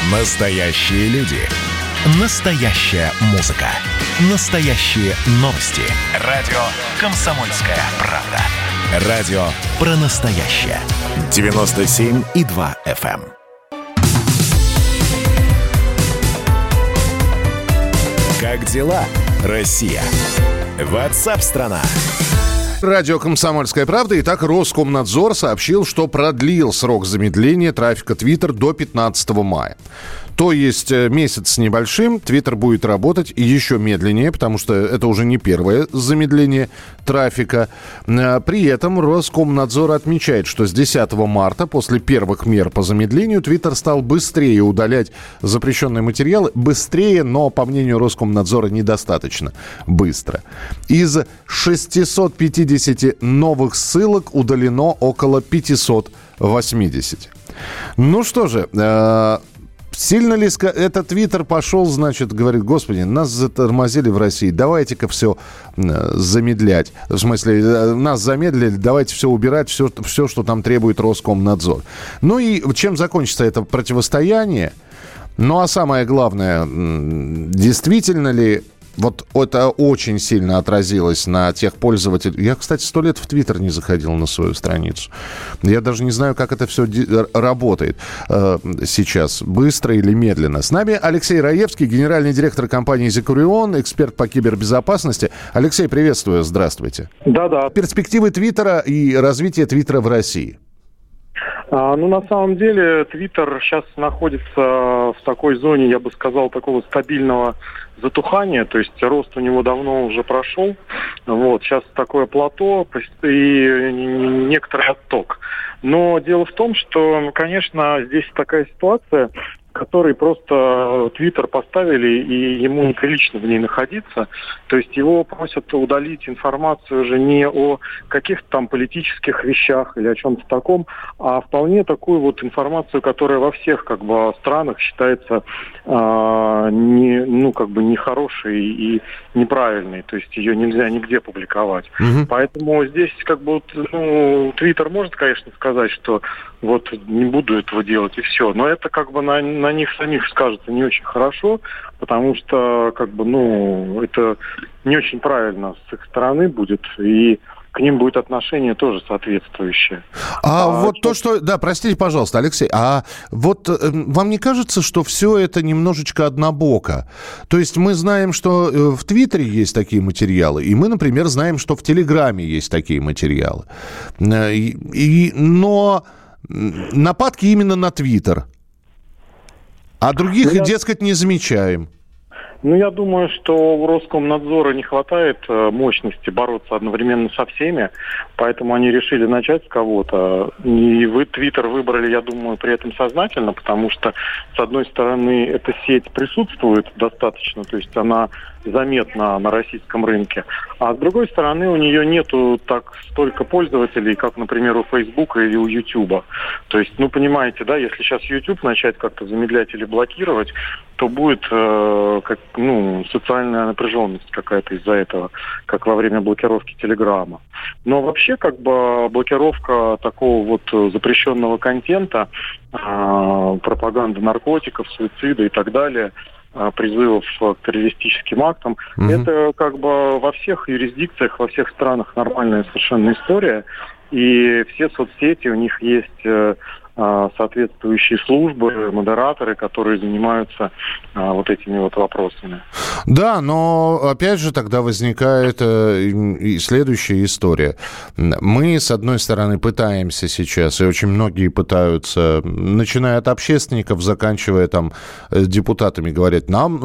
Настоящие люди. Настоящая музыка. Настоящие новости. Радио «Комсомольская правда». Радио про настоящее. 97,2 FM. Как дела, Россия? WhatsApp-страна. Радио «Комсомольская правда». Итак, Роскомнадзор сообщил, что продлил срок замедления трафика Twitter до 15 мая. То есть месяц с небольшим Twitter будет работать еще медленнее, потому что это уже не первое замедление трафика. При этом Роскомнадзор отмечает, что с 10 марта, после первых мер по замедлению, Twitter стал быстрее удалять запрещенные материалы. Быстрее, но, по мнению Роскомнадзора, недостаточно быстро. Из 650 новых ссылок удалено около 580. Ну что же... Сильно ли этот Твиттер пошел, значит, говорит, господи, нас затормозили в России, давайте-ка все замедлять. В смысле, нас замедлили, давайте все убирать, все, что там требует Роскомнадзор. Ну и чем закончится это противостояние? Ну а самое главное, действительно ли... Вот это очень сильно отразилось на тех пользователей. Я, кстати, 100 лет в Твиттер не заходил на свою страницу. Я даже не знаю, как это все работает сейчас. Быстро или медленно. С нами Алексей Раевский, генеральный директор компании «Зикурион», эксперт по кибербезопасности. Алексей, приветствую. Здравствуйте. Да-да. Перспективы Твиттера и развитие Твиттера в России. Ну, на самом деле, Твиттер сейчас находится в такой зоне, я бы сказал, такого стабильного затухания, то есть рост у него давно уже прошел. Вот, сейчас такое плато и некоторый отток. Но дело в том, что, конечно, здесь такая ситуация, в которой просто Твиттер поставили, и ему неприлично в ней находиться. То есть его просят удалить информацию уже не о каких-то там политических вещах или о чем-то таком, а вполне такую вот информацию, которая во всех как бы странах считается нехорошей и неправильной. То есть ее нельзя нигде публиковать. Угу. Поэтому здесь как бы Твиттер может, конечно, сказать, что вот не буду этого делать и все. Но это как бы на них самих скажется не очень хорошо, потому что как бы, это не очень правильно с их стороны будет, и к ним будет отношение тоже соответствующее. Простите, пожалуйста, Алексей, а вот вам не кажется, что все это немножечко однобоко? То есть мы знаем, что в Твиттере есть такие материалы, и мы, например, знаем, что в Телеграме есть такие материалы. Но нападки именно на Твиттер, а других, дескать, не замечаем. Я думаю, что у Роскомнадзора не хватает мощности бороться одновременно со всеми, поэтому они решили начать с кого-то. И вы Твиттер выбрали, я думаю, при этом сознательно, потому что, с одной стороны, эта сеть присутствует достаточно, то есть она заметна на российском рынке, а с другой стороны, у нее нету столько пользователей, как, например, у Фейсбука или у Ютуба. То есть, понимаете, да, если сейчас Ютуб начать как-то замедлять или блокировать, то будет социальная напряженность какая-то из-за этого, как во время блокировки Телеграма. Но вообще, как бы, блокировка такого вот запрещенного контента, пропаганды наркотиков, суицида и так далее, призывов к террористическим актам, это как бы во всех юрисдикциях, во всех странах нормальная совершенно история. И все соцсети, у них есть соответствующие службы, модераторы, которые занимаются вот этими вот вопросами. Да, но опять же тогда возникает и следующая история. Мы, с одной стороны, пытаемся сейчас, и очень многие пытаются, начиная от общественников, заканчивая там депутатами, нам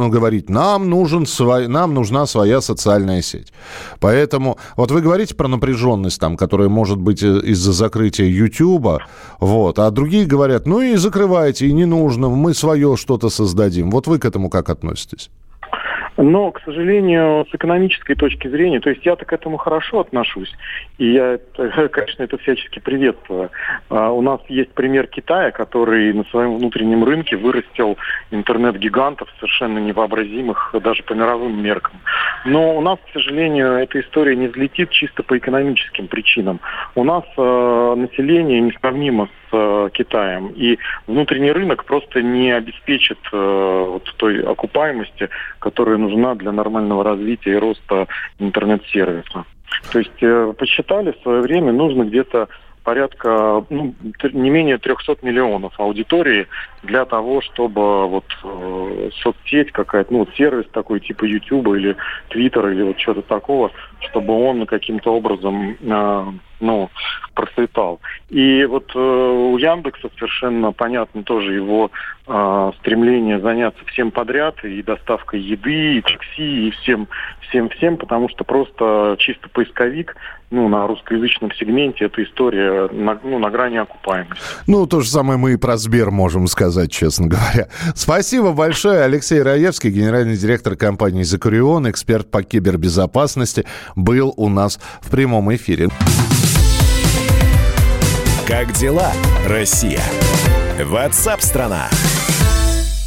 нужна своя социальная сеть. Поэтому вот вы говорите про напряженность, которая может быть из-за закрытия Ютуба, а другие говорят, и закрывайте, и не нужно, мы свое что-то создадим. Вот вы к этому как относитесь? Но, к сожалению, с экономической точки зрения, то есть я-то к этому хорошо отношусь, и я, конечно, это всячески приветствую. У нас есть пример Китая, который на своем внутреннем рынке вырастил интернет-гигантов совершенно невообразимых даже по мировым меркам. Но у нас, к сожалению, эта история не взлетит чисто по экономическим причинам. У нас население несравнимо с с Китаем. И внутренний рынок просто не обеспечит вот той окупаемости, которая нужна для нормального развития и роста интернет-сервиса. То есть посчитали в свое время, нужно где-то порядка, не менее 300 миллионов аудитории для того, чтобы вот соцсеть какая-то, сервис такой типа YouTube или Twitter или вот что-то такого, чтобы он каким-то образом процветал. И вот у Яндекса совершенно понятно тоже его стремление заняться всем подряд, и доставкой еды, и такси, и всем, потому что просто чисто поисковик, на русскоязычном сегменте эта история на грани окупаемости. То же самое мы и про Сбер можем сказать, честно говоря. Спасибо большое. Алексей Раевский, генеральный директор компании «Закурион», эксперт по кибербезопасности, был у нас в прямом эфире. Как дела, Россия? WhatsApp-страна.